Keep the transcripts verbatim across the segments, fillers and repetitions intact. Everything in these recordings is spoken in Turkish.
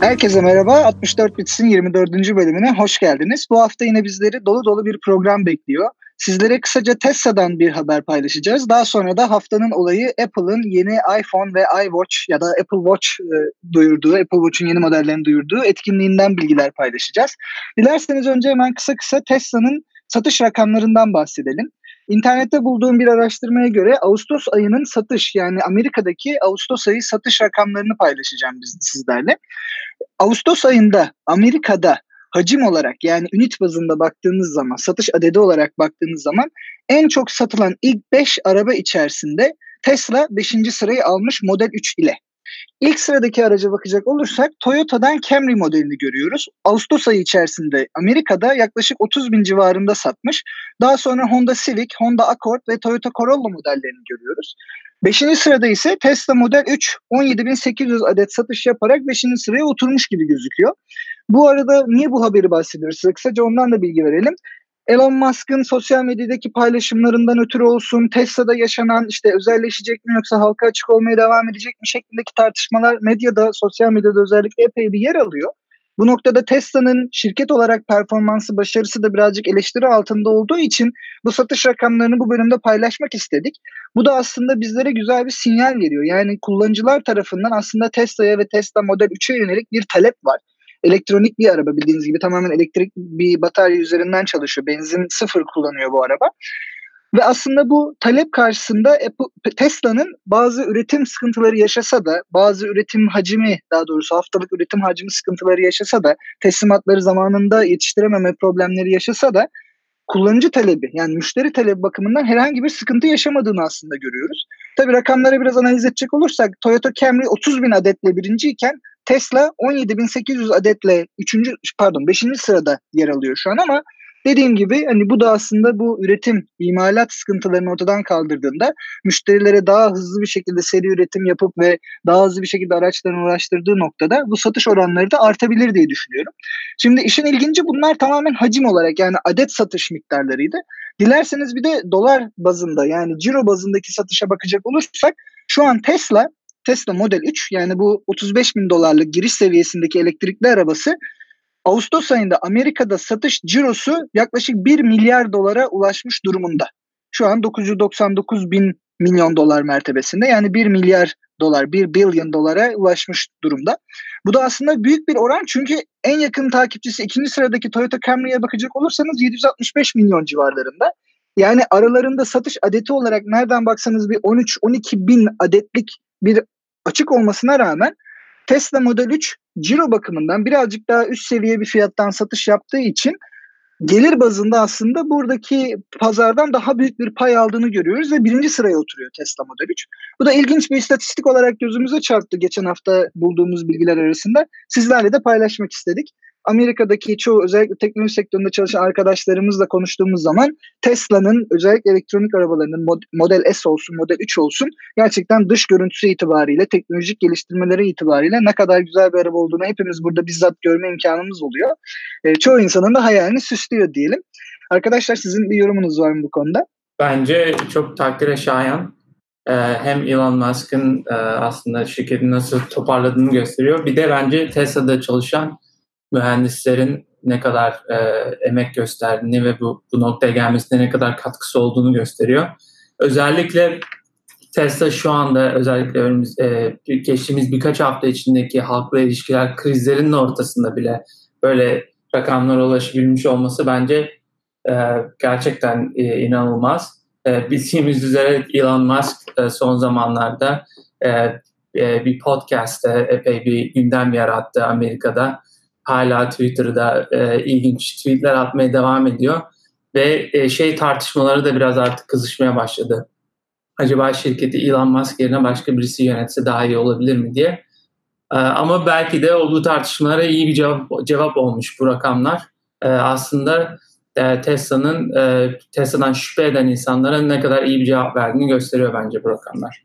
Herkese merhaba, altmış dört Bits'in yirmi dördüncü bölümüne hoş geldiniz. Bu hafta yine bizleri dolu dolu bir program bekliyor. Sizlere kısaca Tesla'dan bir haber paylaşacağız. Daha sonra da haftanın olayı Apple'ın yeni iPhone ve iWatch ya da Apple Watch e, duyurduğu, Apple Watch'un yeni modellerini duyurduğu etkinliğinden bilgiler paylaşacağız. Dilerseniz önce hemen kısa kısa Tesla'nın satış rakamlarından bahsedelim. İnternette bulduğum bir araştırmaya göre Ağustos ayının satış, yani Amerika'daki Ağustos ayı satış rakamlarını paylaşacağım biz sizlerle. Ağustos ayında Amerika'da hacim olarak, yani ünit bazında baktığınız zaman, satış adedi olarak baktığınız zaman en çok satılan ilk beş araba içerisinde Tesla beşinci sırayı almış Model üç ile. İlk sıradaki araca bakacak olursak Toyota'dan Camry modelini görüyoruz. Ağustos ayı içerisinde Amerika'da yaklaşık otuz bin civarında satmış. Daha sonra Honda Civic, Honda Accord ve Toyota Corolla modellerini görüyoruz. Beşinci sırada ise Tesla Model üç on yedi bin sekiz yüz adet satış yaparak beşinci sıraya oturmuş gibi gözüküyor. Bu arada niye bu haberi bahsediyoruz? Size kısaca ondan da bilgi verelim. Elon Musk'ın sosyal medyadaki paylaşımlarından ötürü olsun, Tesla'da yaşanan işte özelleşecek mi yoksa halka açık olmaya devam edecek mi şeklindeki tartışmalar medyada, sosyal medyada özellikle epey bir yer alıyor. Bu noktada Tesla'nın şirket olarak performansı, başarısı da birazcık eleştiri altında olduğu için bu satış rakamlarını bu bölümde paylaşmak istedik. Bu da aslında bizlere güzel bir sinyal veriyor. Yani kullanıcılar tarafından aslında Tesla'ya ve Tesla Model üçe yönelik bir talep var. Elektronik bir araba, bildiğiniz gibi tamamen elektrik bir batarya üzerinden çalışıyor. Benzin sıfır kullanıyor bu araba. Ve aslında bu talep karşısında Apple, Tesla'nın bazı üretim sıkıntıları yaşasa da, bazı üretim hacmi, daha doğrusu haftalık üretim hacmi sıkıntıları yaşasa da, teslimatları zamanında yetiştirememe problemleri yaşasa da kullanıcı talebi, yani müşteri talebi bakımından herhangi bir sıkıntı yaşamadığını aslında görüyoruz. Tabii rakamları biraz analiz edecek olursak Toyota Camry otuz bin adetle birinciyken Tesla on yedi bin sekiz yüz adetle üçüncü pardon beşinci sırada yer alıyor şu an, ama dediğim gibi hani bu da aslında bu üretim, imalat sıkıntılarını ortadan kaldırdığında müşterilere daha hızlı bir şekilde seri üretim yapıp ve daha hızlı bir şekilde araçlarını ulaştırdığı noktada bu satış oranları da artabilir diye düşünüyorum. Şimdi işin ilginci, bunlar tamamen hacim olarak, yani adet satış miktarlarıydı. Dilerseniz bir de dolar bazında, yani ciro bazındaki satışa bakacak olursak şu an Tesla Tesla Model üç, yani bu otuz beş bin dolarlık giriş seviyesindeki elektrikli arabası Ağustos ayında Amerika'da satış cirosu yaklaşık bir milyar dolara ulaşmış durumunda. Şu an dokuz yüz doksan dokuz bin milyon dolar mertebesinde, yani bir milyar dolar, bir billion dolara ulaşmış durumda. Bu da aslında büyük bir oran, çünkü en yakın takipçisi ikinci sıradaki Toyota Camry'ye bakacak olursanız yedi yüz altmış beş milyon civarlarında. Yani aralarında satış adeti olarak nereden baksanız bir on üç on iki bin adetlik bir açık olmasına rağmen Tesla Model üç ciro bakımından birazcık daha üst seviye bir fiyattan satış yaptığı için gelir bazında aslında buradaki pazardan daha büyük bir pay aldığını görüyoruz ve birinci sıraya oturuyor Tesla Model üç. Bu da ilginç bir istatistik olarak gözümüze çarptı geçen hafta bulduğumuz bilgiler arasında. Sizlerle de paylaşmak istedik. Amerika'daki çoğu, özellikle teknoloji sektöründe çalışan arkadaşlarımızla konuştuğumuz zaman Tesla'nın özellikle elektronik arabalarının Model S olsun, Model üç olsun gerçekten dış görüntüsü itibariyle, teknolojik geliştirmeleri itibariyle ne kadar güzel bir araba olduğunu hepimiz burada bizzat görme imkanımız oluyor. E, çoğu insanın da hayalini süslüyor diyelim. Arkadaşlar, sizin bir yorumunuz var mı bu konuda? Bence çok takdire şayan. Ee, hem Elon Musk'ın e, aslında şirketi nasıl toparladığını gösteriyor. Bir de bence Tesla'da çalışan mühendislerin ne kadar e, emek gösterdiğini ve bu, bu noktaya gelmesine ne kadar katkısı olduğunu gösteriyor. Özellikle Tesla şu anda, özellikle önümüz, e, geçtiğimiz birkaç hafta içindeki halkla ilişkiler krizlerinin ortasında bile böyle rakamlara ulaşabilmiş olması bence e, gerçekten e, inanılmaz. E, bildiğimiz üzere Elon Musk e, son zamanlarda e, e, bir podcast'te epey bir gündem yarattı Amerika'da. Hala Twitter'da e, ilginç tweetler atmaya devam ediyor ve e, şey tartışmaları da biraz artık kızışmaya başladı. Acaba şirketi Elon Musk yerine başka birisi yönetse daha iyi olabilir mi diye. E, ama belki de o bu tartışmalara iyi bir cevap, cevap olmuş bu rakamlar. E, aslında e, Tesla'nın e, Tesla'dan şüphe eden insanlara ne kadar iyi bir cevap verdiğini gösteriyor bence bu rakamlar.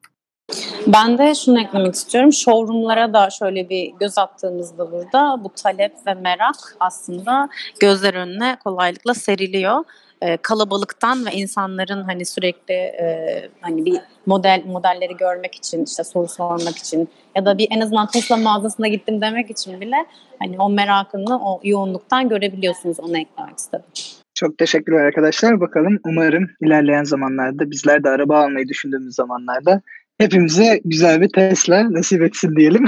Ben de şunu eklemek istiyorum. Showroom'lara da şöyle bir göz attığımızda burada bu talep ve merak aslında gözler önüne kolaylıkla seriliyor. e, kalabalıktan ve insanların hani sürekli e, hani bir model modelleri görmek için, işte soru sormak için ya da bir en azından Tesla mağazasına gittim demek için bile hani o merakını o yoğunluktan görebiliyorsunuz, onu eklemek istedim. Çok teşekkürler arkadaşlar. Bakalım, umarım ilerleyen zamanlarda bizler de araba almayı düşündüğümüz zamanlarda hepimize güzel bir Tesla nasip etsin diyelim.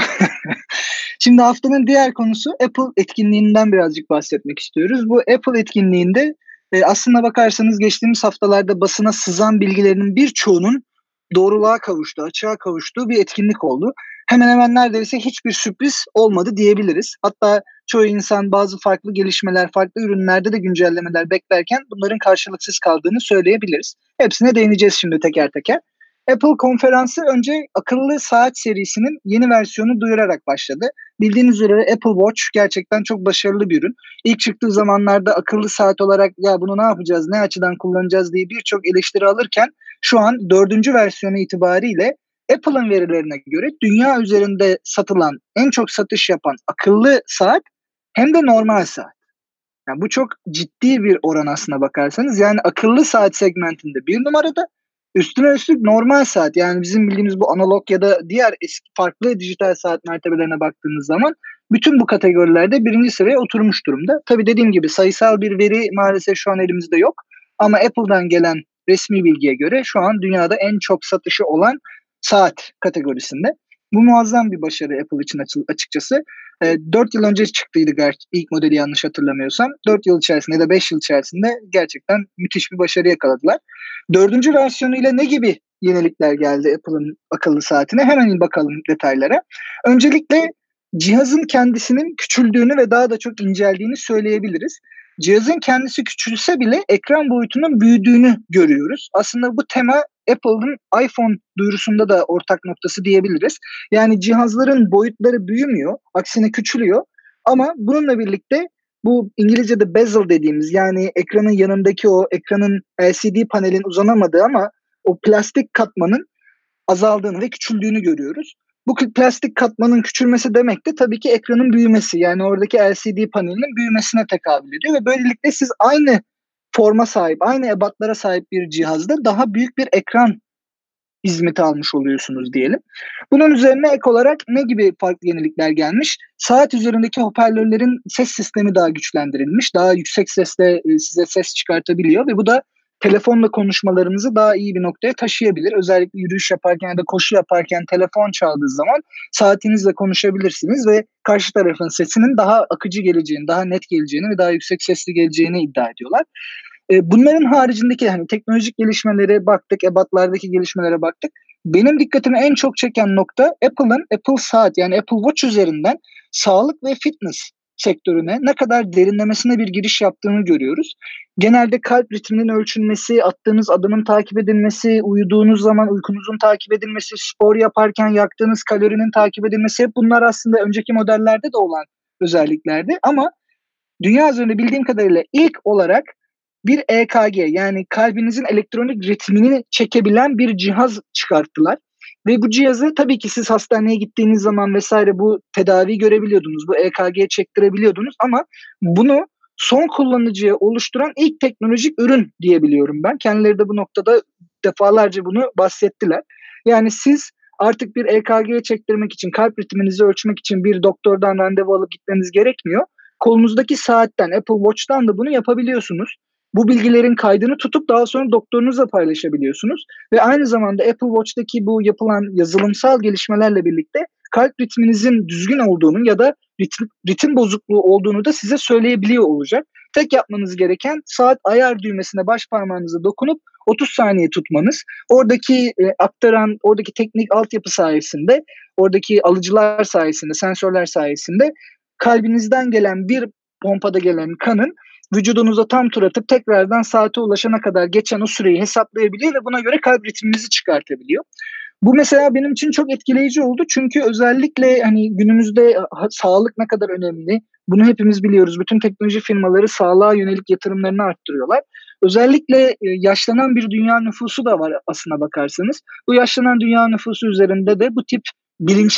Şimdi haftanın diğer konusu Apple etkinliğinden birazcık bahsetmek istiyoruz. Bu Apple etkinliğinde e, aslına bakarsanız geçtiğimiz haftalarda basına sızan bilgilerinin birçoğunun doğruluğa kavuştuğu, açığa kavuştuğu bir etkinlik oldu. Hemen hemen neredeyse hiçbir sürpriz olmadı diyebiliriz. Hatta çoğu insan bazı farklı gelişmeler, farklı ürünlerde de güncellemeler beklerken bunların karşılıksız kaldığını söyleyebiliriz. Hepsine değineceğiz şimdi teker teker. Apple konferansı önce akıllı saat serisinin yeni versiyonu duyurarak başladı. Bildiğiniz üzere Apple Watch gerçekten çok başarılı bir ürün. İlk çıktığı zamanlarda akıllı saat olarak ya bunu ne yapacağız, ne açıdan kullanacağız diye birçok eleştiri alırken şu an dördüncü versiyonu itibariyle Apple'ın verilerine göre dünya üzerinde satılan, en çok satış yapan akıllı saat hem de normal saat. Yani bu çok ciddi bir oran aslına bakarsanız. Yani akıllı saat segmentinde bir numarada, üstüne üstlük normal saat, yani bizim bildiğimiz bu analog ya da diğer eski farklı dijital saat mertebelerine baktığınız zaman bütün bu kategorilerde birinci sıraya oturmuş durumda. Tabii dediğim gibi sayısal bir veri maalesef şu an elimizde yok. Ama Apple'dan gelen resmi bilgiye göre şu an dünyada en çok satışı olan saat kategorisinde. Bu muazzam bir başarı Apple için açıkçası. E, dört yıl önce çıktıydı gerçi ilk modeli, yanlış hatırlamıyorsam. dört yıl içerisinde ya da beş yıl içerisinde gerçekten müthiş bir başarı yakaladılar. Dördüncü versiyonuyla ne gibi yenilikler geldi Apple'ın akıllı saatine? Hemen bakalım detaylara. Öncelikle cihazın kendisinin küçüldüğünü ve daha da çok inceldiğini söyleyebiliriz. Cihazın kendisi küçülse bile ekran boyutunun büyüdüğünü görüyoruz. Aslında bu tema Apple'ın iPhone duyurusunda da ortak noktası diyebiliriz. Yani cihazların boyutları büyümüyor, aksine küçülüyor. Ama bununla birlikte bu İngilizce'de bezel dediğimiz, yani ekranın yanındaki o ekranın L C D panelin uzanamadığı ama o plastik katmanın azaldığını ve küçüldüğünü görüyoruz. Bu plastik katmanın küçülmesi demek de tabii ki ekranın büyümesi, yani oradaki L C D panelinin büyümesine tekabül ediyor ve böylelikle siz aynı forma sahip, aynı ebatlara sahip bir cihazda daha büyük bir ekran hizmeti almış oluyorsunuz diyelim. Bunun üzerine ek olarak ne gibi farklı yenilikler gelmiş? Saat üzerindeki hoparlörlerin ses sistemi daha güçlendirilmiş. Daha yüksek sesle size ses çıkartabiliyor ve bu da telefonla konuşmalarınızı daha iyi bir noktaya taşıyabilir. Özellikle yürüyüş yaparken ya da koşu yaparken telefon çaldığı zaman saatinizle konuşabilirsiniz ve karşı tarafın sesinin daha akıcı geleceğini, daha net geleceğini ve daha yüksek sesli geleceğini iddia ediyorlar. Bunların haricindeki hani teknolojik gelişmelere baktık, ebatlardaki gelişmelere baktık. Benim dikkatimi en çok çeken nokta Apple'ın Apple Saat, yani Apple Watch üzerinden sağlık ve fitness sektörüne ne kadar derinlemesine bir giriş yaptığını görüyoruz. Genelde kalp ritminin ölçülmesi, attığınız adımın takip edilmesi, uyuduğunuz zaman uykunuzun takip edilmesi, spor yaparken yaktığınız kalorinin takip edilmesi, hep bunlar aslında önceki modellerde de olan özelliklerdi. Ama dünya üzerinde bildiğim kadarıyla ilk olarak bir E K G, yani kalbinizin elektronik ritmini çekebilen bir cihaz çıkarttılar. Ve bu cihazı tabii ki siz hastaneye gittiğiniz zaman vesaire bu tedaviyi görebiliyordunuz. Bu E K G çektirebiliyordunuz ama bunu son kullanıcıya oluşturan ilk teknolojik ürün diyebiliyorum ben. Kendileri de bu noktada defalarca bunu bahsettiler. Yani siz artık bir E K G çektirmek için, kalp ritminizi ölçmek için bir doktordan randevu alıp gitmeniz gerekmiyor. Kolunuzdaki saatten, Apple Watch'tan da bunu yapabiliyorsunuz. Bu bilgilerin kaydını tutup daha sonra doktorunuzla paylaşabiliyorsunuz. Ve aynı zamanda Apple Watch'taki bu yapılan yazılımsal gelişmelerle birlikte kalp ritminizin düzgün olduğunu ya da ritim, ritim bozukluğu olduğunu da size söyleyebiliyor olacak. Tek yapmanız gereken saat ayar düğmesine baş parmağınızı dokunup otuz saniye tutmanız. Oradaki e, aktaran, oradaki teknik altyapı sayesinde, oradaki alıcılar sayesinde, sensörler sayesinde kalbinizden gelen bir pompada gelen kanın vücudunuza tam tur atıp tekrardan saate ulaşana kadar geçen o süreyi hesaplayabiliyor ve buna göre kalp ritminizi çıkartabiliyor. Bu mesela benim için çok etkileyici oldu. Çünkü özellikle hani günümüzde ha, sağlık ne kadar önemli. Bunu hepimiz biliyoruz. Bütün teknoloji firmaları sağlığa yönelik yatırımlarını arttırıyorlar. Özellikle e, yaşlanan bir dünya nüfusu da var aslına bakarsanız. Bu yaşlanan dünya nüfusu üzerinde de bu tip bilinçli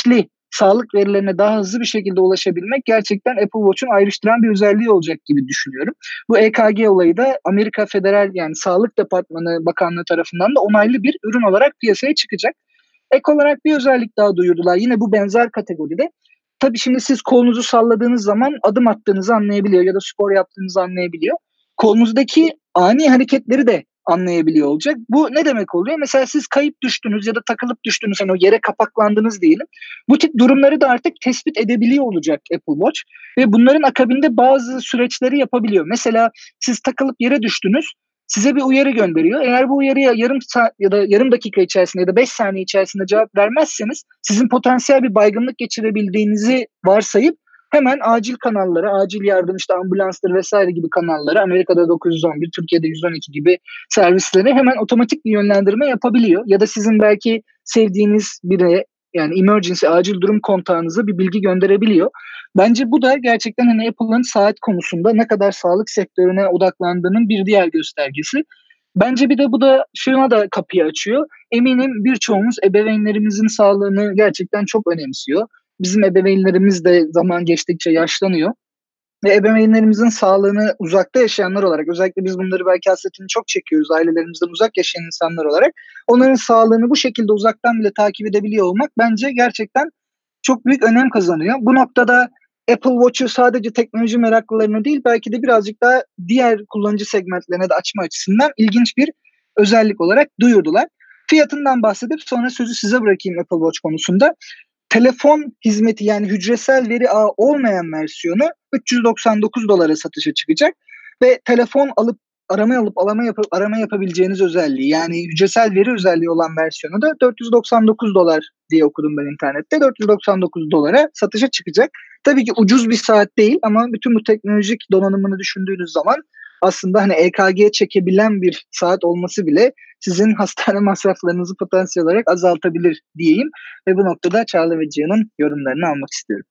sağlık verilerine daha hızlı bir şekilde ulaşabilmek gerçekten Apple Watch'un ayrıştıran bir özelliği olacak gibi düşünüyorum. Bu E K G olayı da Amerika Federal yani Sağlık Departmanı Bakanlığı tarafından da onaylı bir ürün olarak piyasaya çıkacak. Ek olarak bir özellik daha duyurdular. Yine bu benzer kategoride. Tabii şimdi siz kolunuzu salladığınız zaman adım attığınızı anlayabiliyor ya da spor yaptığınızı anlayabiliyor. Kolunuzdaki ani hareketleri de anlayabiliyor olacak. Bu ne demek oluyor? Mesela siz kayıp düştünüz ya da takılıp düştünüz, hani o yere kapaklandınız diyelim. Bu tip durumları da artık tespit edebiliyor olacak Apple Watch ve bunların akabinde bazı süreçleri yapabiliyor. Mesela siz takılıp yere düştünüz, size bir uyarı gönderiyor. Eğer bu uyarıya yarım saat ya da yarım dakika içerisinde ya da beş saniye içerisinde cevap vermezseniz sizin potansiyel bir baygınlık geçirebildiğinizi varsayıp hemen acil kanallara, acil yardım işte ambulanstır vesaire gibi kanallara, Amerika'da dokuz yüz on bir, Türkiye'de yüz on iki gibi servislere hemen otomatik bir yönlendirme yapabiliyor. Ya da sizin belki sevdiğiniz birine yani emergency, acil durum kontağınıza bir bilgi gönderebiliyor. Bence bu da gerçekten hani Apple'ın saat konusunda ne kadar sağlık sektörüne odaklandığının bir diğer göstergesi. Bence bir de bu da şuna da kapıyı açıyor. Eminim birçoğumuz ebeveynlerimizin sağlığını gerçekten çok önemsiyor. Bizim ebeveynlerimiz de zaman geçtikçe yaşlanıyor. Ve ebeveynlerimizin sağlığını uzakta yaşayanlar olarak, özellikle biz bunları belki hasretini çok çekiyoruz ailelerimizden uzak yaşayan insanlar olarak, onların sağlığını bu şekilde uzaktan bile takip edebiliyor olmak bence gerçekten çok büyük önem kazanıyor. Bu noktada Apple Watch'u sadece teknoloji meraklılarına değil belki de birazcık daha diğer kullanıcı segmentlerine de açma açısından ilginç bir özellik olarak duyurdular. Fiyatından bahsedip sonra sözü size bırakayım Apple Watch konusunda. Telefon hizmeti yani hücresel veri ağı olmayan versiyonu üç yüz doksan dokuz dolara satışa çıkacak ve telefon alıp arama alıp arama, yap- arama yapabileceğiniz özelliği yani hücresel veri özelliği olan versiyonu da dört yüz doksan dokuz dolar diye okudum ben internette. dört yüz doksan dokuz dolara satışa çıkacak. Tabii ki ucuz bir saat değil ama bütün bu teknolojik donanımını düşündüğünüz zaman aslında hani E K G çekebilen bir saat olması bile sizin hastane masraflarınızı potansiyel olarak azaltabilir diyeyim. Ve bu noktada Çağla ve Cihan'ın yorumlarını almak istiyorum.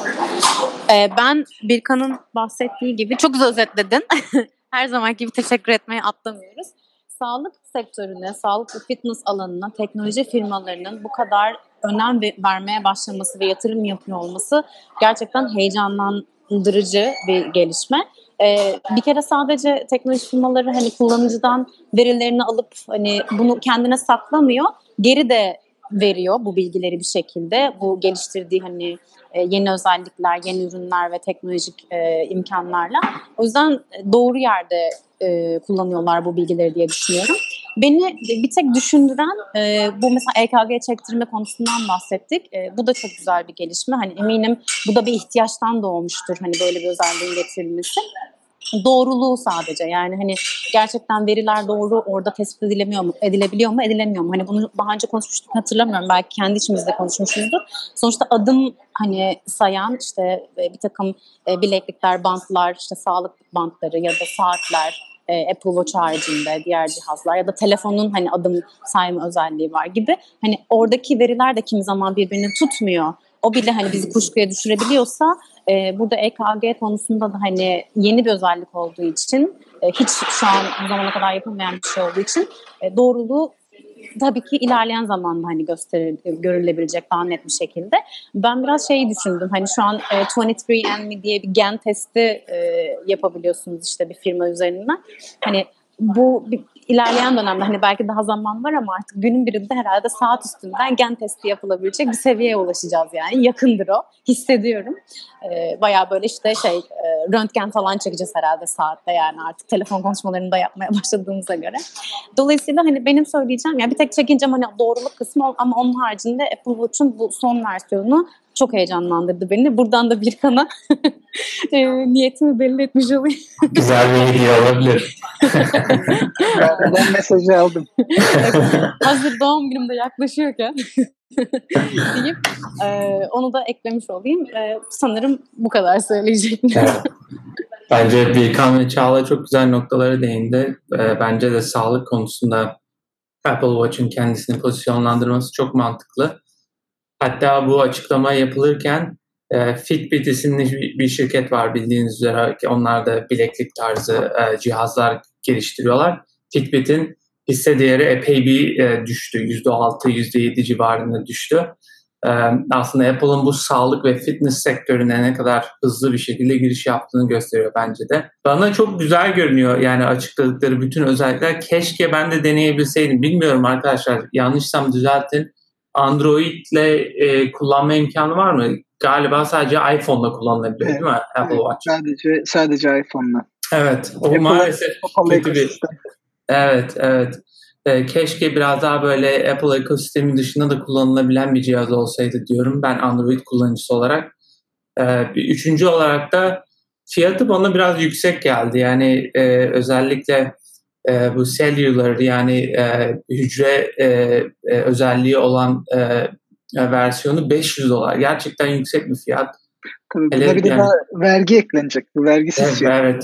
Ee, ben Birkan'ın bahsettiği gibi çok güzel özetledin. Her zaman gibi teşekkür etmeye atlamıyoruz. Sağlık sektörüne, sağlık ve fitness alanına teknoloji firmalarının bu kadar önem vermeye başlaması ve yatırım yapıyor olması gerçekten heyecanlandırıcı bir gelişme. Ee, bir kere sadece teknoloji firmaları hani kullanıcıdan verilerini alıp hani bunu kendine saklamıyor, geri de veriyor bu bilgileri bir şekilde. Bu geliştirdiği hani e, yeni özellikler, yeni ürünler ve teknolojik e, imkanlarla. O yüzden doğru yerde e, kullanıyorlar bu bilgileri diye düşünüyorum. Beni bir tek düşündüren e, bu mesela E K G çektirme konusundan bahsettik. E, bu da çok güzel bir gelişme. Hani eminim bu da bir ihtiyaçtan doğmuştur hani böyle bir özelliğin getirilmesi. Doğruluğu sadece yani hani gerçekten veriler doğru orada tespit edilemiyor mu, edilebiliyor mu, edilemiyor mu? Hani bunu daha önce konuşmuştuk hatırlamıyorum. Belki kendi içimizde konuşmuşuzdur. Sonuçta adım hani sayan işte bir takım bileklikler, bantlar, işte sağlık bantları ya da saatler, Apple Watch haricinde diğer cihazlar ya da telefonun hani adım sayma özelliği var gibi. Hani oradaki veriler de kimi zaman birbirini tutmuyor. O bile hani bizi kuşkuya düşürebiliyorsa e, burada E K G konusunda da hani yeni bir özellik olduğu için e, hiç şu an bu zamana kadar yapılmayan bir şey olduğu için e, doğruluğu tabii ki ilerleyen zamanda hani gösterir, görülebilecek daha net bir şekilde. Ben biraz şeyi düşündüm. Hani şu an e, yirmi üç and me diye bir gen testi e, yapabiliyorsunuz işte bir firma üzerinden. Hani bu bir, ilerleyen dönemde hani belki daha zaman var ama artık günün birinde herhalde saat üstünden gen testi yapılabilecek bir seviyeye ulaşacağız yani. Yakındır o. Hissediyorum. Ee, bayağı böyle işte şey e, röntgen falan çekeceğiz herhalde saatte yani artık telefon konuşmalarını da yapmaya başladığımıza göre. Dolayısıyla hani benim söyleyeceğim ya bir tek çekincem hani doğruluk kısmı ama onun haricinde Apple Watch'un bu son versiyonu çok heyecanlandırdı beni. Buradan da Birkan'a e, niyetimi belli etmiş olayım. Güzel bir hediye olabilir. Ben mesajı aldım. Hazır doğum günümde yaklaşıyorken deyip e, onu da eklemiş olayım. E, sanırım bu kadar söyleyecektim. Evet. Bence Birkan ve Çağla çok güzel noktalara değindi. E, bence de sağlık konusunda Apple Watch'un kendisini pozisyonlandırması çok mantıklı. Hatta bu açıklama yapılırken e, Fitbit isimli bir şirket var bildiğiniz üzere. Onlar da bileklik tarzı e, cihazlar geliştiriyorlar. Fitbit'in hisse değeri epey bir e, düştü. yüzde altı yüzde yedi civarında düştü. Ee, aslında Apple'ın bu sağlık ve fitness sektörüne ne kadar hızlı bir şekilde giriş yaptığını gösteriyor bence de. Bana çok güzel görünüyor yani açıkladıkları bütün özellikler. Keşke ben de deneyebilseydim. Bilmiyorum arkadaşlar, yanlışsam düzeltin. Android'le e, kullanma imkanı var mı? Galiba sadece iPhone'la kullanılabiliyor, Evet, değil mi Apple evet, Watch? Sadece sadece iPhone'la. Evet, o Apple'ın maalesef kapalı kötü bir... ekosistem. Evet, evet. E, keşke biraz daha böyle Apple ekosistemi dışında da kullanılabilen bir cihaz olsaydı diyorum ben Android kullanıcısı olarak. E, bir üçüncü olarak da fiyatı bana biraz yüksek geldi. Yani e, özellikle e, bu cellular yani e, hücre e, e, özelliği olan e, e, versiyonu beş yüz dolar. Gerçekten yüksek bir fiyat. Tabii Hele buna bir de yani, daha vergi eklenecek. Bu vergisiz evet, fiyat. evet.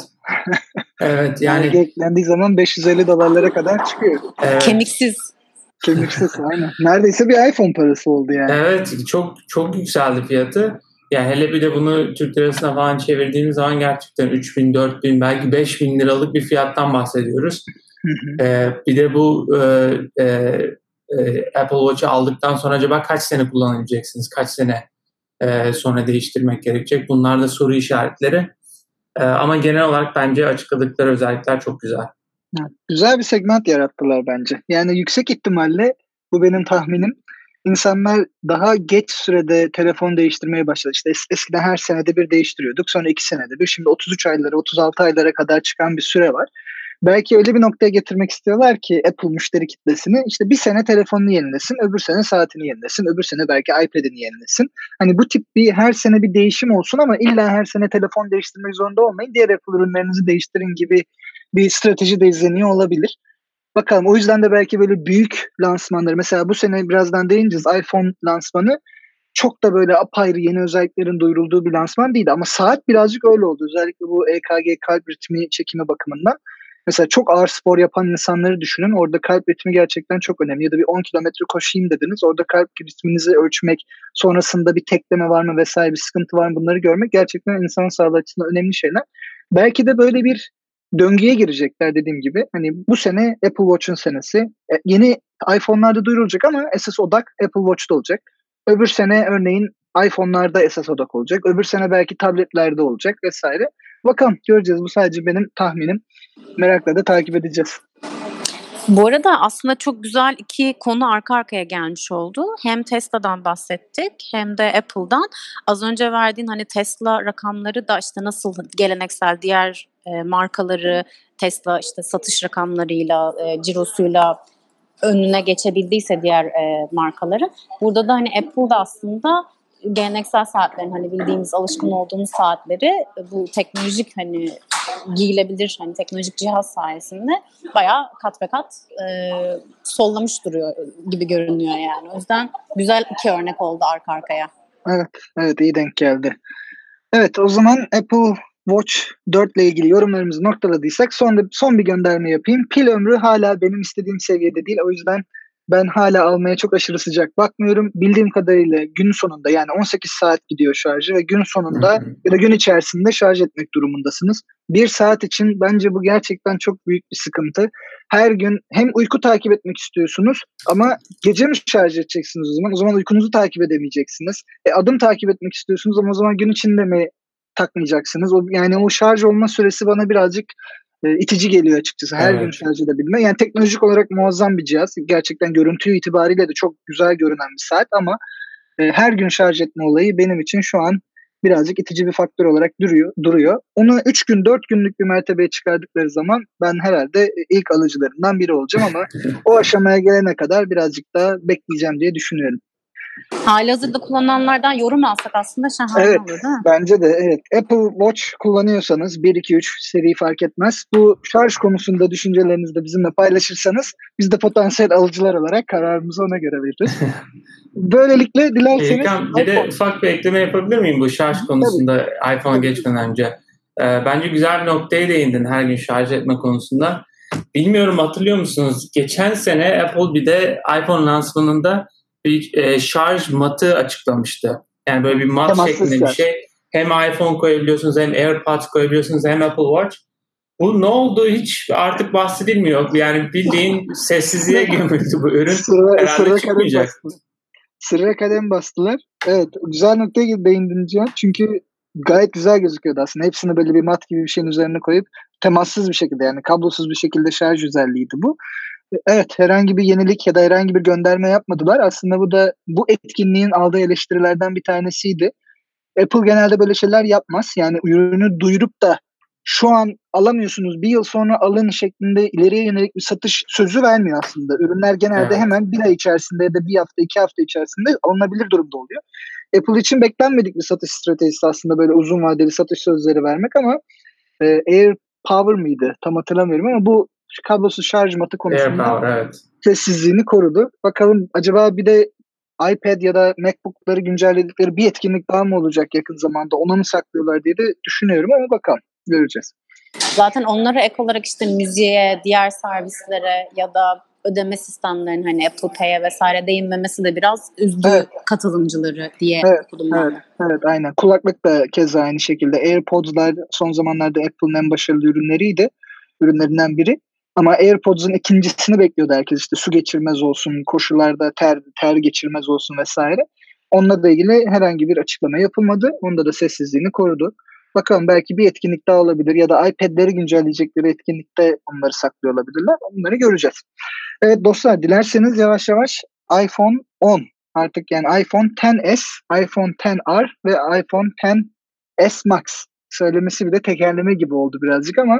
Evet yani. Vergi eklendiği zaman beş yüz elli dolarlara kadar çıkıyor. Evet. Kemiksiz. Kemiksiz aynen. Neredeyse bir iPhone parası oldu yani. Evet, çok çok yükseldi fiyatı. Yani hele bir de bunu Türk lirasına falan çevirdiğimiz zaman gerçekten üç bin, dört bin, belki beş bin liralık bir fiyattan bahsediyoruz. Hı hı. Ee, bir de bu e, e, e, Apple Watch'ı aldıktan sonra acaba kaç sene kullanabileceksiniz? Kaç sene e, sonra değiştirmek gerekecek? Bunlar da soru işaretleri. E, ama genel olarak bence açıkladıkları özellikler çok güzel. Evet, güzel bir segment yarattılar bence. Yani yüksek ihtimalle, bu benim tahminim, İnsanlar daha geç sürede telefon değiştirmeye başladı. İşte es- eskiden her senede bir değiştiriyorduk. Sonra iki senede bir. Şimdi otuz üç aylara, otuz altı aylara kadar çıkan bir süre var. Belki öyle bir noktaya getirmek istiyorlar ki Apple müşteri kitlesini, işte bir sene telefonunu yenilesin, öbür sene saatini yenilesin, öbür sene belki iPad'ini yenilesin. Hani bu tip bir her sene bir değişim olsun ama illa her sene telefon değiştirmek zorunda olmayın. Diğer Apple ürünlerinizi değiştirin gibi bir strateji de izleniyor olabilir. Bakalım, o yüzden de belki böyle büyük lansmanları, mesela bu sene birazdan değineceğiz, iPhone lansmanı çok da böyle apayrı yeni özelliklerin duyurulduğu bir lansman değildi ama saat birazcık öyle oldu. Özellikle bu E K G, kalp ritmi çekimi bakımından. Mesela çok ağır spor yapan insanları düşünün. Orada kalp ritmi gerçekten çok önemli. Ya da bir on kilometre koşayım dediniz. Orada kalp ritminizi ölçmek, sonrasında bir tekleme var mı vesaire, bir sıkıntı var mı, bunları görmek gerçekten insan sağlığı açısından önemli şeyler. Belki de böyle bir döngüye girecekler dediğim gibi. Hani bu sene Apple Watch'un senesi. E, yeni iPhone'larda duyurulacak ama esas odak Apple Watch'ta olacak. Öbür sene örneğin iPhone'larda esas odak olacak. Öbür sene belki tabletlerde olacak vesaire. Bakalım, göreceğiz. Bu sadece benim tahminim. Merakla da takip edeceğiz. Bu arada aslında çok güzel iki konu arka arkaya gelmiş oldu. Hem Tesla'dan bahsettik hem de Apple'dan. Az önce verdiğin hani Tesla rakamları da işte nasıl geleneksel diğer e, markaları Tesla işte satış rakamlarıyla, e, cirosuyla önüne geçebildiyse diğer e, markaları. Burada da hani Apple'da aslında geleneksel saatlerin, hani bildiğimiz, alışkın olduğumuz saatleri bu teknolojik hani giyilebilir hani teknolojik cihaz sayesinde bayağı kat be kat e, sollamış duruyor gibi görünüyor yani. O yüzden güzel iki örnek oldu arka arkaya. Evet, evet, iyi denk geldi. Evet, o zaman Apple Watch dört ile ilgili yorumlarımızı noktaladıysak son, son bir gönderme yapayım. Pil ömrü hala benim istediğim seviyede değil. O yüzden ben hala almaya çok aşırı sıcak bakmıyorum. Bildiğim kadarıyla gün sonunda, yani on sekiz saat gidiyor şarjı ve gün sonunda ya da gün içerisinde şarj etmek durumundasınız. Bir saat için bence bu gerçekten çok büyük bir sıkıntı. Her gün hem uyku takip etmek istiyorsunuz ama gece mi şarj edeceksiniz o zaman? O zaman uykunuzu takip edemeyeceksiniz. E, adım takip etmek istiyorsunuz ama o zaman gün içinde mi takmayacaksınız? O, yani o şarj olma süresi bana birazcık e, itici geliyor açıkçası. Her Evet. gün şarj edebilme. Yani teknolojik olarak muazzam bir cihaz. Gerçekten görüntü itibariyle de çok güzel görünen bir saat ama e, her gün şarj etme olayı benim için şu an birazcık itici bir faktör olarak duruyor. duruyor. Onu üç gün dört günlük bir mertebeye çıkardıkları zaman ben herhalde ilk alıcılarından biri olacağım ama o aşamaya gelene kadar birazcık daha bekleyeceğim diye düşünüyorum. Halihazırda kullananlardan yorum alsak aslında şahane Evet, olur değil mi? bence de evet. Apple Watch kullanıyorsanız bir, iki, üç seri fark etmez. Bu şarj konusunda düşüncelerinizi de bizimle paylaşırsanız biz de potansiyel alıcılar olarak kararımızı ona göre veririz. Böylelikle dilerseniz... İlkan, bir de ufak bir ekleme yapabilir miyim bu şarj konusunda iPhone'a geçmeden önce? Ee, bence güzel bir noktaya değindin her gün şarj etme konusunda. Bilmiyorum, hatırlıyor musunuz? Geçen sene Apple bir de iPhone lansmanında bir e, şarj matı açıklamıştı. Yani böyle bir mat Temassız şeklinde bir şarj. şey. Hem iPhone koyabiliyorsunuz, hem AirPods koyabiliyorsunuz, hem Apple Watch. Bu ne oldu hiç artık bahsedilmiyor. Yani bildiğin sessizliğe gömüldü bu ürün. Sırra, Herhalde sırra çıkmayacak. karışmasın. Sırra kadem bastılar. Evet, güzel noktaya değindin Cihan. Çünkü gayet güzel gözüküyordu aslında. Hepsini böyle bir mat gibi bir şeyin üzerine koyup temassız bir şekilde, yani kablosuz bir şekilde şarj özelliğiydi bu. Evet, herhangi bir yenilik ya da herhangi bir gönderme yapmadılar. Aslında bu da bu etkinliğin aldığı eleştirilerden bir tanesiydi. Apple genelde böyle şeyler yapmaz. Yani ürünü duyurup da şu an alamıyorsunuz, bir yıl sonra alın şeklinde ileriye yönelik bir satış sözü vermiyor aslında. Ürünler genelde Evet. hemen bir ay içerisinde ya da bir hafta, iki hafta içerisinde alınabilir durumda oluyor. Apple için beklenmedik bir satış stratejisi aslında böyle uzun vadeli satış sözleri vermek, ama e, Air Power mıydı? Tam hatırlamıyorum ama bu kablosuz şarj matı konusunda AirPower, evet. sessizliğini korudu. Bakalım acaba bir de iPad ya da MacBook'ları güncelledikleri bir etkinlik daha mı olacak yakın zamanda? Ona mı saklıyorlar diye de düşünüyorum, ama bakalım. Göreceğiz. Zaten onlara ek olarak işte müziğe, diğer servislere ya da ödeme sistemlerinin hani Apple Pay'e vesaire değinmemesi de biraz üzdü Evet. katılımcıları diye Evet, okudum ben evet, de. evet, aynen. Kulaklık da keza aynı şekilde. AirPods'lar son zamanlarda Apple'ın en başarılı ürünleriydi. Ürünlerinden biri. Ama AirPods'un ikincisini bekliyordu herkes. İşte su geçirmez olsun, koşularda ter, ter geçirmez olsun vesaire. Onunla da ilgili herhangi bir açıklama yapılmadı. Onda da sessizliğini korudu. Bakalım, belki bir etkinlik daha olabilir ya da iPad'leri güncelleyecekleri etkinlikte onları saklıyor olabilirler. Onları göreceğiz. Evet dostlar, dilerseniz yavaş yavaş iPhone on, artık yani iPhone X S, iPhone X R ve iPhone X S Max söylemesi bile tekerleme gibi oldu birazcık, ama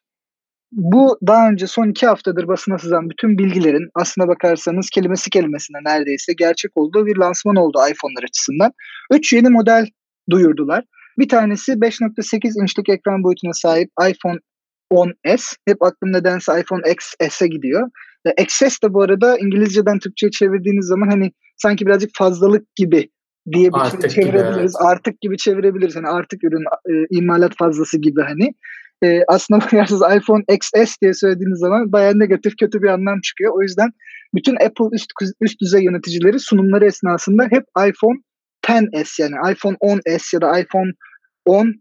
bu daha önce son iki haftadır basına sızan bütün bilgilerin aslına bakarsanız kelimesi kelimesine neredeyse gerçek olduğu bir lansman oldu iPhone'lar açısından. Üç yeni model duyurdular. Bir tanesi beş nokta sekiz inçlik ekran boyutuna sahip iPhone on S. Hep aklım nedense iPhone X S'e gidiyor. E, X S de bu arada İngilizceden Türkçe'ye çevirdiğiniz zaman hani sanki birazcık fazlalık gibi diye bir şey Artık gibi, çevirebiliriz. evet. Artık gibi çevirebiliriz. Hani artık ürün e, imalat fazlası gibi hani. E, aslında bakarsanız iPhone X S diye söylediğiniz zaman bayağı negatif, kötü bir anlam çıkıyor. O yüzden bütün Apple üst, üst düzey yöneticileri sunumları esnasında hep iPhone X S, yani iPhone on S ya da iPhone on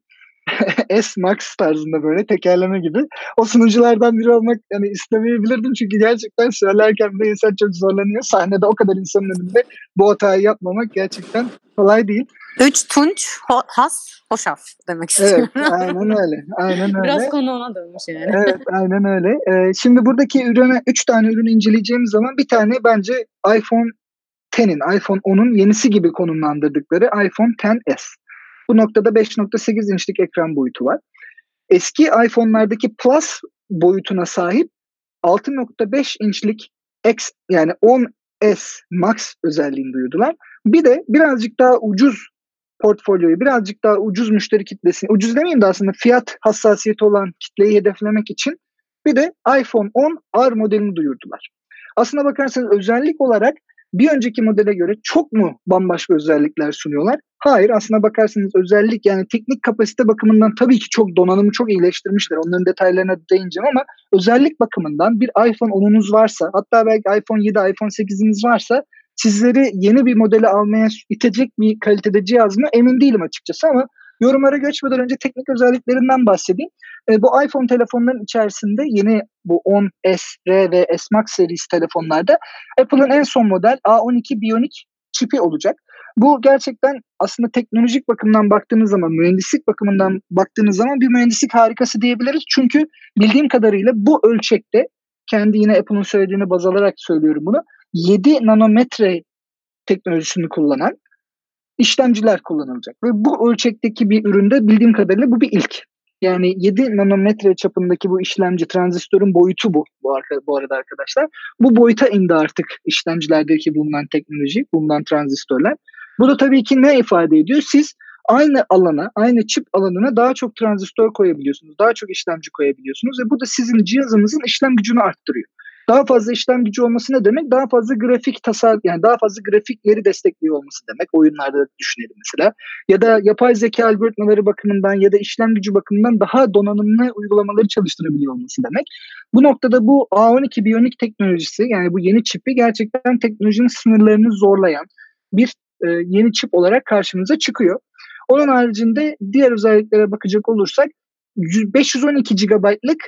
S Max tarzında böyle tekerleme gibi. O sunuculardan biri olmak yani istemeyebilirdim, çünkü gerçekten söylerken de insan çok zorlanıyor. Sahnede o kadar insanın önünde bu hatayı yapmamak gerçekten kolay değil. Üç tunç, ho- has, hoşaf demek istiyorum. Evet, aynen öyle. Aynen öyle. Biraz konu ona dönmüş yani. Evet, aynen öyle. Ee, şimdi buradaki ürüne, üç tane ürünü inceleyeceğimiz zaman bir tane bence iPhone X'in, iPhone onun yenisi gibi konumlandırdıkları iPhone X S. Bu noktada beş nokta sekiz inçlik ekran boyutu var. Eski iPhone'lardaki Plus boyutuna sahip altı nokta beş inçlik X, yani on S Max özelliğini duyurdular. Bir de birazcık daha ucuz portfolyoyu, birazcık daha ucuz müşteri kitlesini, ucuz demeyeyim de aslında fiyat hassasiyeti olan kitleyi hedeflemek için bir de iPhone on R modelini duyurdular. Aslına bakarsanız özellik olarak bir önceki modele göre çok mu bambaşka özellikler sunuyorlar? Hayır, aslına bakarsanız özellik, yani teknik kapasite bakımından tabii ki çok, donanımı çok iyileştirmişler. Onların detaylarına değineceğim, ama özellik bakımından bir iPhone onunuz varsa, hatta belki iPhone yedi, iPhone sekiziniz varsa sizleri yeni bir modeli almaya itecek bir kalitede cihaz mı emin değilim açıkçası, ama yorumlara geçmeden önce teknik özelliklerinden bahsedeyim. E, bu iPhone telefonların içerisinde yeni bu on S, R ve S Max serisi telefonlarda Apple'ın en son model A on iki Bionic çipi olacak. Bu gerçekten aslında teknolojik bakımdan baktığınız zaman, mühendislik bakımından baktığınız zaman bir mühendislik harikası diyebiliriz. Çünkü bildiğim kadarıyla bu ölçekte, kendi yine Apple'ın söylediğini baz alarak söylüyorum bunu, yedi nanometre teknolojisini kullanan işlemciler kullanılacak. Ve bu ölçekteki bir üründe bildiğim kadarıyla bu bir ilk. Yani yedi nanometre çapındaki bu işlemci, tranzistörün boyutu bu bu, arka, bu arada arkadaşlar. Bu boyuta indi artık işlemcilerdeki bulunan teknoloji, bulunan transistörler. Bu da tabii ki ne ifade ediyor? Siz aynı alana, aynı çip alanına daha çok transistör koyabiliyorsunuz, daha çok işlemci koyabiliyorsunuz ve bu da sizin cihazınızın işlem gücünü arttırıyor. Daha fazla işlem gücü olması ne demek? Daha fazla grafik tasarruf, yani daha fazla grafikleri destekliyor olması demek. Oyunlarda düşünelim mesela. Ya da yapay zeka algoritmaları bakımından ya da işlem gücü bakımından daha donanımlı uygulamaları çalıştırabiliyor olması demek. Bu noktada bu A on iki Bionic teknolojisi, yani bu yeni çipi gerçekten teknolojinin sınırlarını zorlayan bir e, yeni çip olarak karşımıza çıkıyor. Onun haricinde diğer özelliklere bakacak olursak beş yüz on iki gigabaytlık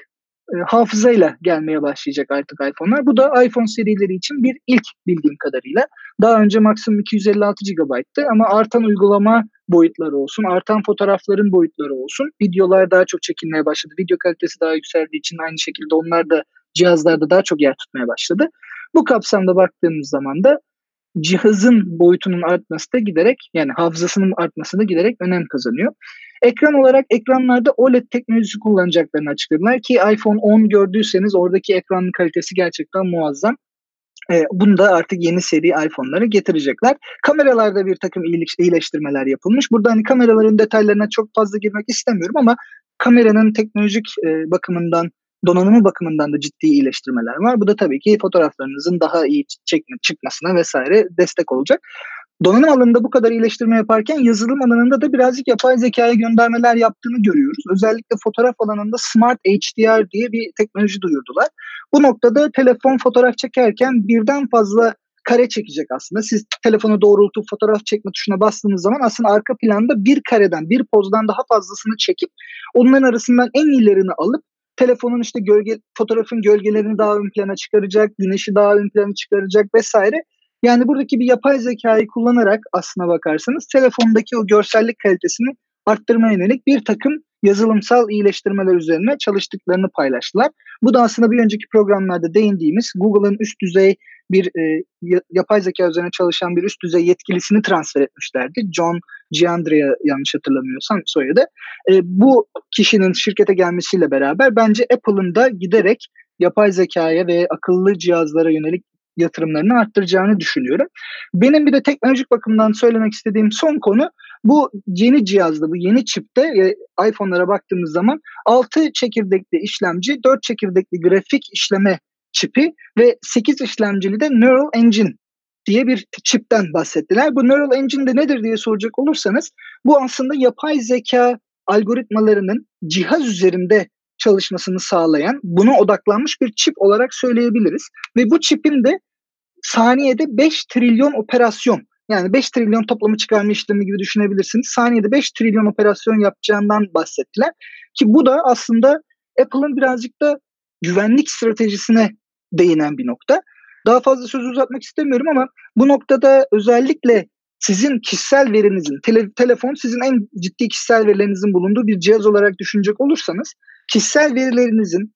e, hafızayla gelmeye başlayacak artık iPhone'lar. Bu da iPhone serileri için bir ilk bildiğim kadarıyla. Daha önce maksimum iki yüz elli altı gigabayttı ama artan uygulama boyutları olsun, artan fotoğrafların boyutları olsun, videolar daha çok çekilmeye başladı. Video kalitesi daha yükseldiği için aynı şekilde onlar da cihazlarda daha çok yer tutmaya başladı. Bu kapsamda baktığımız zaman da cihazın boyutunun artması da giderek, yani hafızasının artması da giderek önem kazanıyor. Ekran olarak ekranlarda O L E D teknolojisi kullanacaklarını açıkladılar ki iPhone on gördüyseniz oradaki ekranın kalitesi gerçekten muazzam. E, bunu da artık yeni seri iPhone'ları getirecekler. Kameralarda bir takım iyileştirmeler yapılmış. Burada hani kameraların detaylarına çok fazla girmek istemiyorum ama kameranın teknolojik e, bakımından, donanımı bakımından da ciddi iyileştirmeler var. Bu da tabii ki fotoğraflarınızın daha iyi çekme, çıkmasına vesaire destek olacak. Donanım alanında bu kadar iyileştirme yaparken yazılım alanında da birazcık yapay zekaya göndermeler yaptığını görüyoruz. Özellikle fotoğraf alanında Smart H D R diye bir teknoloji duyurdular. Bu noktada telefon fotoğraf çekerken birden fazla kare çekecek aslında. Siz telefonu doğrultup fotoğraf çekme tuşuna bastığınız zaman aslında arka planda bir kareden, bir pozdan daha fazlasını çekip onların arasından en iyilerini alıp telefonun işte gölge, fotoğrafın gölgelerini daha ön plana çıkaracak, güneşi daha ön plana çıkaracak vesaire. Yani buradaki bir yapay zekayı kullanarak aslına bakarsanız telefondaki o görsellik kalitesini arttırmaya yönelik bir takım yazılımsal iyileştirmeler üzerine çalıştıklarını paylaştılar. Bu da aslında bir önceki programlarda değindiğimiz Google'ın üst düzey bir e, yapay zeka üzerine çalışan bir üst düzey yetkilisini transfer etmişlerdi. John Giandria yanlış hatırlamıyorsam soyadı. E, bu kişinin şirkete gelmesiyle beraber bence Apple'ın da giderek yapay zekaya ve akıllı cihazlara yönelik yatırımlarını arttıracağını düşünüyorum. Benim bir de teknolojik bakımdan söylemek istediğim son konu bu yeni cihazda, bu yeni çipte e, iPhone'lara baktığımız zaman altı çekirdekli işlemci, dört çekirdekli grafik işleme çipi ve sekiz işlemcili de Neural Engine diye bir çipten bahsettiler. Bu Neural Engine de nedir diye soracak olursanız bu aslında yapay zeka algoritmalarının cihaz üzerinde çalışmasını sağlayan, buna odaklanmış bir çip olarak söyleyebiliriz. Ve bu çipin de saniyede beş trilyon operasyon, yani beş trilyon toplamı çıkarma işlemi gibi düşünebilirsiniz. Saniyede beş trilyon operasyon yapacağından bahsettiler. Ki bu da aslında Apple'ın birazcık da güvenlik stratejisine değinen bir nokta. Daha fazla söz uzatmak istemiyorum ama bu noktada özellikle sizin kişisel verinizin, tele, telefon sizin en ciddi kişisel verilerinizin bulunduğu bir cihaz olarak düşünecek olursanız, kişisel verilerinizin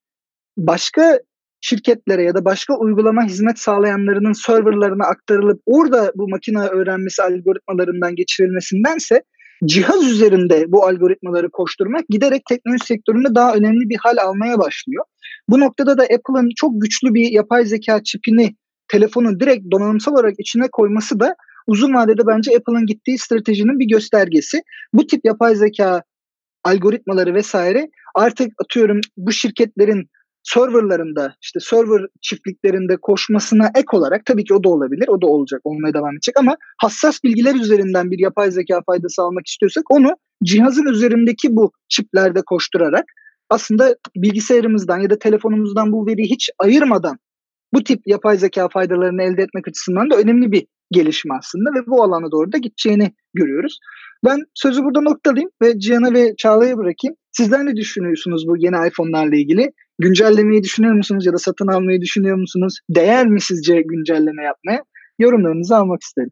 başka şirketlere ya da başka uygulama hizmet sağlayanlarının serverlarına aktarılıp orada bu makine öğrenmesi algoritmalarından geçirilmesindense cihaz üzerinde bu algoritmaları koşturmak giderek teknoloji sektöründe daha önemli bir hal almaya başlıyor. Bu noktada da Apple'ın çok güçlü bir yapay zeka çipini telefonun direkt donanımsal olarak içine koyması da uzun vadede bence Apple'ın gittiği stratejinin bir göstergesi. Bu tip yapay zeka algoritmaları vesaire artık atıyorum bu şirketlerin serverlarında, işte server çiftliklerinde koşmasına ek olarak, tabii ki o da olabilir, o da olacak, olmaya devam edecek ama hassas bilgiler üzerinden bir yapay zeka faydası almak istiyorsak onu cihazın üzerindeki bu çiplerde koşturarak aslında bilgisayarımızdan ya da telefonumuzdan bu veriyi hiç ayırmadan bu tip yapay zeka faydalarını elde etmek açısından da önemli bir gelişme aslında ve bu alana doğru da gideceğini görüyoruz. Ben sözü burada noktalayayım ve Cihan'a ve Çağla'ya bırakayım. Sizler ne düşünüyorsunuz bu yeni iPhone'larla ilgili? Güncellemeyi düşünüyor musunuz ya da satın almayı düşünüyor musunuz? Değer mi sizce güncelleme yapmaya? Yorumlarınızı almak isterim.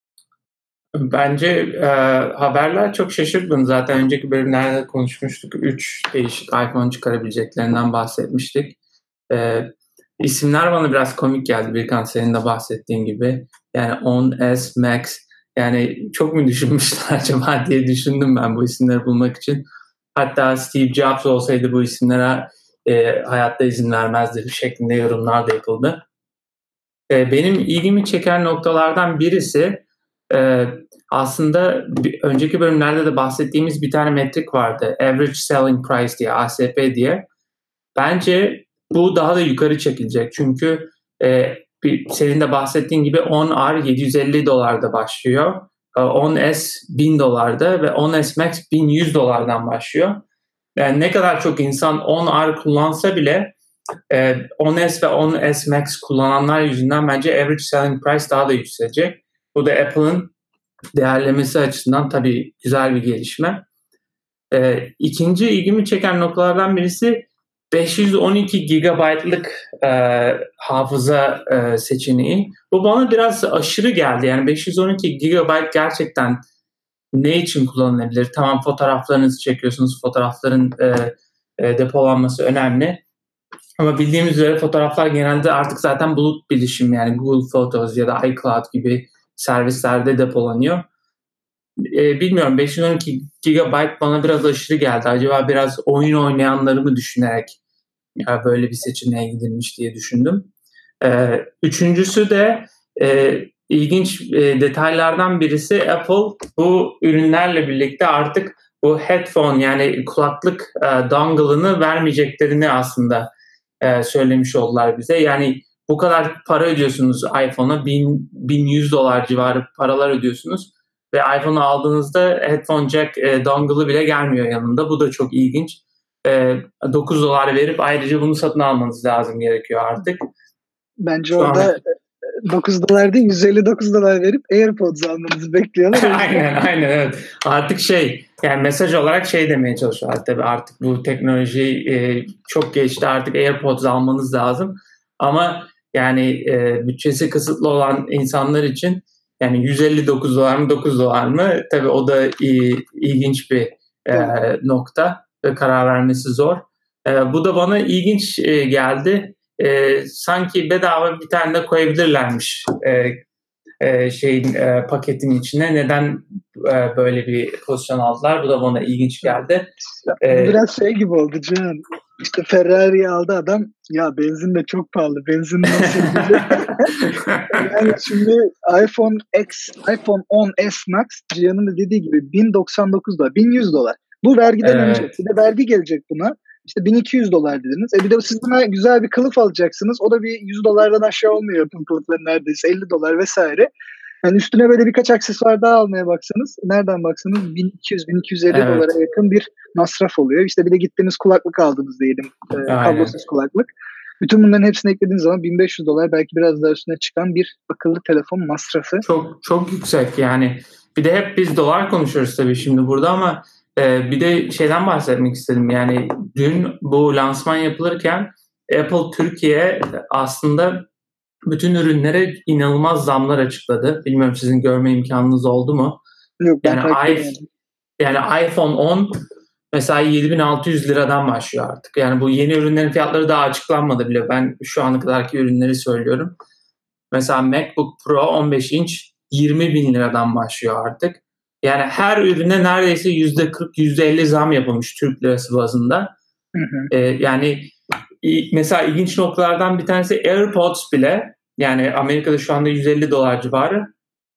Bence e, haberler çok şaşırttı. Zaten önceki bölümlerde konuşmuştuk. Üç değişik iPhone çıkarabileceklerinden bahsetmiştik. E, isimler bana biraz komik geldi. Birkan senin de bahsettiğin gibi. Yani on S Max. Yani çok mu düşünmüşler acaba diye düşündüm ben bu isimleri bulmak için. Hatta Steve Jobs olsaydı bu isimlere e, hayatta izin vermezdi şeklinde yorumlar da yapıldı. E, benim ilgimi çeken noktalardan birisi e, aslında bir, önceki bölümlerde de bahsettiğimiz bir tane metrik vardı. Average Selling Price diye, A S P diye. Bence bu daha da yukarı çekilecek. Çünkü e, bir, senin de bahsettiğin gibi on R yedi yüz elli dolarda başlıyor. on S bin dolarda ve on S Max bin yüz dolardan başlıyor. Yani ne kadar çok insan on R kullansa bile e, on S ve on S Max kullananlar yüzünden bence average selling price daha da yükselecek. Bu da Apple'ın değerlemesi açısından tabii güzel bir gelişme. E, ikinci ilgimi çeken noktalardan birisi beş yüz on iki gigabaytlık e, hafıza e, seçeneği. Bu bana biraz aşırı geldi. Yani beş yüz on iki gigabayt gerçekten ne için kullanılabilir? Tamam, fotoğraflarınızı çekiyorsunuz. Fotoğrafların e, e, depolanması önemli. Ama bildiğimiz üzere fotoğraflar genelde artık zaten bulut bilişim, yani Google Photos ya da iCloud gibi servislerde depolanıyor. E, bilmiyorum, beş yüz on iki gigabayt bana biraz aşırı geldi. Acaba biraz oyun oynayanları mı düşünerek ya böyle bir seçeneğe gidilmiş diye düşündüm. E, üçüncüsü de e, ilginç e, detaylardan birisi, Apple bu ürünlerle birlikte artık bu headphone, yani kulaklık e, dongle'ını vermeyeceklerini aslında e, söylemiş oldular bize. Yani bu kadar para ödüyorsunuz iPhone'a, bin yüz dolar civarı paralar ödüyorsunuz ve iPhone'u aldığınızda headphone jack e, dongle'ı bile gelmiyor yanında. Bu da çok ilginç. E, dokuz dolar verip ayrıca bunu satın almanız lazım gerekiyor artık. Bence orada Sonra... dokuz dolar değil yüz elli dokuz dolar verip AirPods almanızı bekliyorlar. aynen aynen evet. Artık şey, yani mesaj olarak şey demeye çalışıyorlar tabii, artık bu teknoloji e, çok geçti, artık AirPods almanız lazım. Ama yani e, bütçesi kısıtlı olan insanlar için yani yüz elli dokuz dolar mı dokuz dolar mı, tabii o da iyi, ilginç bir e, nokta ve karar vermesi zor. E, bu da bana ilginç e, geldi. E, sanki bedava bir tane de koyabilirlermiş e, e, şeyin e, paketin içine. Neden e, böyle bir pozisyon aldılar? Bu da bana ilginç geldi. E, Biraz şey gibi oldu Cihan. İşte Ferrari aldı adam. Ya benzin de çok pahalı. Benzin nasıl? Yani şimdi iPhone X, iPhone on S Max, Cihan'ın da dediği gibi bin doksan dokuz dolar, bin yüz dolar. Bu vergiden evet. önce. Bir de vergi gelecek buna. İşte bin iki yüz dolar dediniz. E bir de siz buna güzel bir kılıf alacaksınız. O da bir yüz dolardan aşağı olmuyor yapım kılıfları neredeyse. elli dolar vesaire. Yani üstüne böyle birkaç aksesuar daha almaya baksanız, nereden baksanız bin iki yüz bin iki yüz elli evet. dolara yakın bir masraf oluyor. İşte bir de gittiniz kulaklık aldınız diyelim. E, kablosuz kulaklık. Bütün bunların hepsini eklediğiniz zaman bin beş yüz dolar, belki biraz daha üstüne çıkan bir akıllı telefon masrafı. Çok çok yüksek yani. Bir de hep biz dolar konuşuyoruz tabii şimdi burada, ama e, bir de şeyden bahsetmek istedim. Yani dün bu lansman yapılırken Apple Türkiye aslında bütün ürünlere inanılmaz zamlar açıkladı. Bilmiyorum, sizin görme imkanınız oldu mu? Yok, ben yani, I, yani iPhone on mesela yedi bin altı yüz liradan başlıyor artık. Yani bu yeni ürünlerin fiyatları daha açıklanmadı bile. Ben şu ana kadarki ürünleri söylüyorum. Mesela MacBook Pro on beş inç yirmi bin liradan başlıyor artık. Yani her ürüne neredeyse yüzde kırk yüzde elli zam yapılmış Türk lirası bazında. Hı hı. Ee, yani mesela ilginç noktalardan bir tanesi AirPods bile, yani Amerika'da şu anda yüz elli dolar civarı,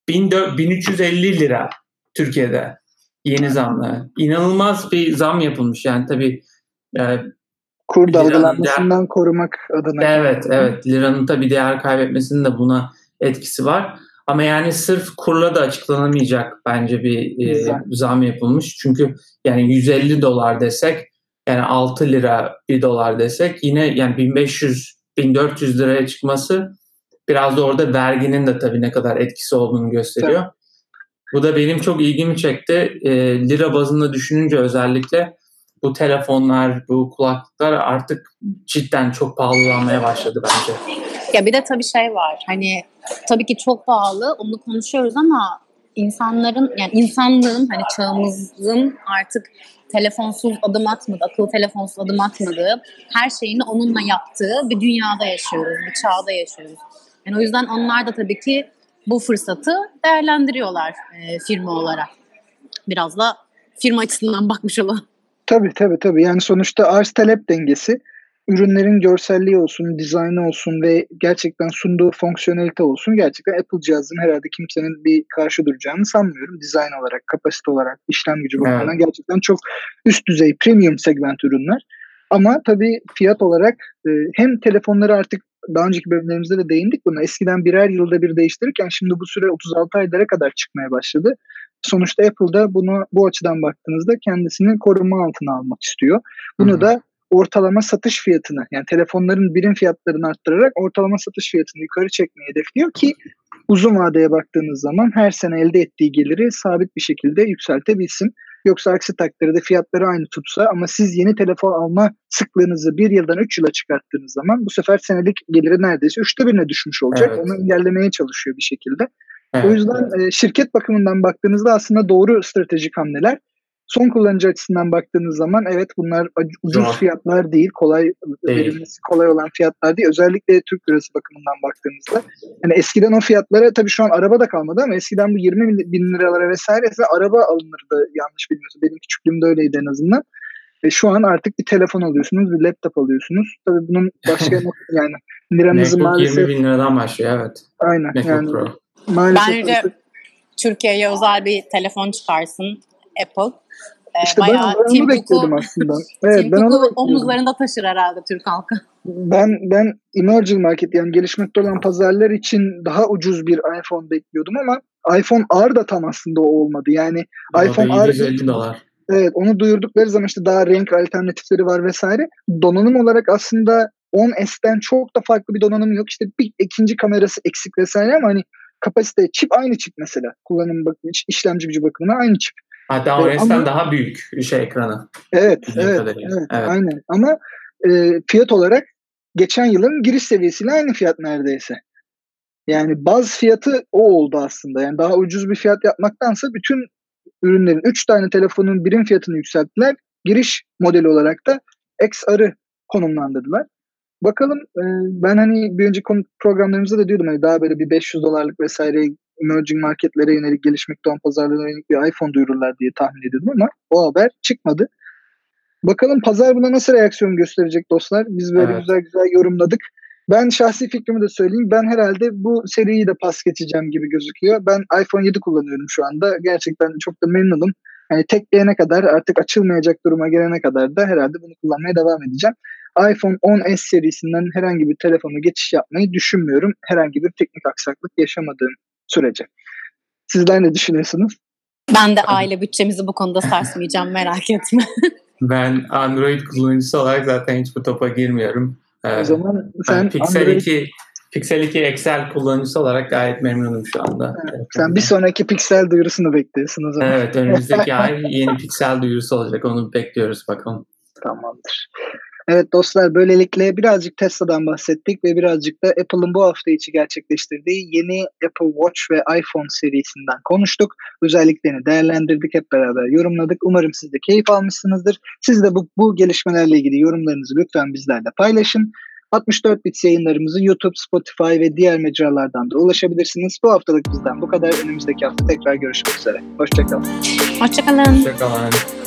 bin üç yüz elli lira Türkiye'de yeni zamla. İnanılmaz bir zam yapılmış yani tabii. E, Kur dalgalanmasından değer... korumak adına. Evet, evet. Liranın tabii değer kaybetmesinin de buna etkisi var. Ama yani sırf kurla da açıklanamayacak bence bir e, zam yapılmış. Çünkü yani yüz elli dolar desek, yani altı lira bir dolar desek, yine yani bin beş yüz bin dört yüz liraya çıkması biraz da orada verginin de tabii ne kadar etkisi olduğunu gösteriyor. Tabii. Bu da benim çok ilgimi çekti. E, lira bazında düşününce özellikle bu telefonlar, bu kulaklıklar artık cidden çok pahalılanmaya başladı bence. Ya bir de tabii şey var. Hani tabii ki çok pahalı, onu konuşuyoruz ama insanların, yani insanlığın, hani çağımızın artık telefonsuz adım atmadığı, akıllı telefonsuz adım atmadığı, her şeyini onunla yaptığı bir dünyada yaşıyoruz, bir çağda yaşıyoruz. Yani o yüzden onlar da tabii ki bu fırsatı değerlendiriyorlar e, firma olarak. Biraz da firma açısından bakmış olalım. Tabii tabii tabii. Yani sonuçta arz talep dengesi, ürünlerin görselliği olsun, dizaynı olsun ve gerçekten sunduğu fonksiyonelite olsun, gerçekten Apple cihazının herhalde kimsenin bir karşı duracağını sanmıyorum. Dizayn olarak, kapasite olarak, işlem gücü bakımından evet. Gerçekten çok üst düzey, premium segment ürünler. Ama tabii fiyat olarak e, hem telefonları artık daha önceki bölümlerimizde de değindik buna. Eskiden birer yılda bir değiştirirken şimdi bu süre otuz altı aylara kadar çıkmaya başladı. Sonuçta Apple'da bunu bu açıdan baktığınızda kendisini koruma altına almak istiyor. Bunu Hı-hı. da ortalama satış fiyatını, yani telefonların birim fiyatlarını arttırarak ortalama satış fiyatını yukarı çekmeyi hedefliyor ki uzun vadeye baktığınız zaman her sene elde ettiği geliri sabit bir şekilde yükseltebilsin. Yoksa aksi takdirde fiyatları aynı tutsa ama siz yeni telefon alma sıklığınızı bir yıldan üç yıla çıkarttığınız zaman bu sefer senelik geliri neredeyse üçte birine düşmüş olacak. Evet. Onu engellemeye çalışıyor bir şekilde. Evet, o yüzden evet. e, şirket bakımından baktığınızda aslında doğru stratejik hamleler. Son kullanıcı açısından baktığınız zaman evet bunlar ucuz Zor. fiyatlar değil, kolay Değil. verilmesi kolay olan fiyatlar değil. Özellikle Türk lirası bakımından baktığınızda. Yani eskiden o fiyatlara tabii şu an araba da kalmadı ama eskiden bu yirmi bin liralara vesaire araba alınırdı yanlış bilmiyorsam. Benim küçüklüğümde öyleydi en azından. Ve şu an artık bir telefon alıyorsunuz, bir laptop alıyorsunuz. Tabii bunun başka yani liramızı MacBook maalesef... yirmi bin liradan başlıyor evet. Aynen. MacBook yani, Pro. Maalesef Bence Türkiye'ye özel bir telefon çıkarsın Apple. Ee, İşte ben, ben onu bekliyordum aslında. Evet, Tim ben onu Cook'u omuzlarında taşır herhalde Türk halkı. Ben ben emerging market yani gelişmekte olan pazarlar için daha ucuz bir iPhone bekliyordum ama iPhone R da tam aslında o olmadı. Yani O iPhone da R yedi yüz elli dolar. Evet, onu duyurdukları zaman işte daha renk alternatifleri var vesaire. Donanım olarak aslında on S'ten çok da farklı bir donanım yok. İşte bir ikinci kamerası eksik vesaire ama hani kapasite çip aynı çip mesela. Kullanım bakımı, işlemci gücü bakımından aynı çip. Hatta o S'ten daha büyük şey ekranı. Evet, evet, evet, evet, aynen. Ama e, fiyat olarak geçen yılın giriş seviyesiyle aynı fiyat neredeyse. Yani baz fiyatı o oldu aslında. Yani daha ucuz bir fiyat yapmaktansa bütün ürünlerin üç tane telefonun birim fiyatını yükselttiler. Giriş modeli olarak da X R'ı konumlandırdılar. Bakalım e, ben hani bir önceki programlarımızda da diyordum hani daha böyle bir beş yüz dolarlık vesaire emerging marketlere yönelik gelişmekte olan pazarlara yönelik bir iPhone duyururlar diye tahmin ediyordum ama o haber çıkmadı. Bakalım pazar buna nasıl reaksiyon gösterecek dostlar. Biz böyle evet. güzel güzel yorumladık. Ben şahsi fikrimi de söyleyeyim. Ben herhalde bu seriyi de pas geçeceğim gibi gözüküyor. Ben iPhone yedi kullanıyorum şu anda. Gerçekten çok da memnunum. Yani tekleyene kadar artık açılmayacak duruma gelene kadar da herhalde bunu kullanmaya devam edeceğim. iPhone on S serisinden herhangi bir telefona geçiş yapmayı düşünmüyorum. Herhangi bir teknik aksaklık yaşamadığım sürece. Sizler ne düşünüyorsunuz? Ben de aile bütçemizi bu konuda sarsmayacağım, merak etme. Ben Android kullanıcısı olarak zaten hiç bu topa girmiyorum. O zaman sen Pixel Android... iki Pixel iki Excel kullanıcısı olarak gayet memnunum şu anda. Evet, sen bir sonraki Pixel duyurusunu bekliyorsun o zaman. Evet, önümüzdeki ay yeni Pixel duyurusu olacak. Onu bekliyoruz bakalım. Tamamdır. Evet dostlar, böylelikle birazcık Tesla'dan bahsettik ve birazcık da Apple'ın bu hafta içi gerçekleştirdiği yeni Apple Watch ve iPhone serisinden konuştuk. Özelliklerini değerlendirdik, hep beraber yorumladık. Umarım siz de keyif almışsınızdır. Siz de bu, bu gelişmelerle ilgili yorumlarınızı lütfen bizlerle paylaşın. altmış dört bit yayınlarımızı YouTube, Spotify ve diğer mecralardan da ulaşabilirsiniz. Bu haftalık bizden bu kadar. Önümüzdeki hafta tekrar görüşmek üzere. Hoşçakalın. Hoşçakalın. Hoşçakalın.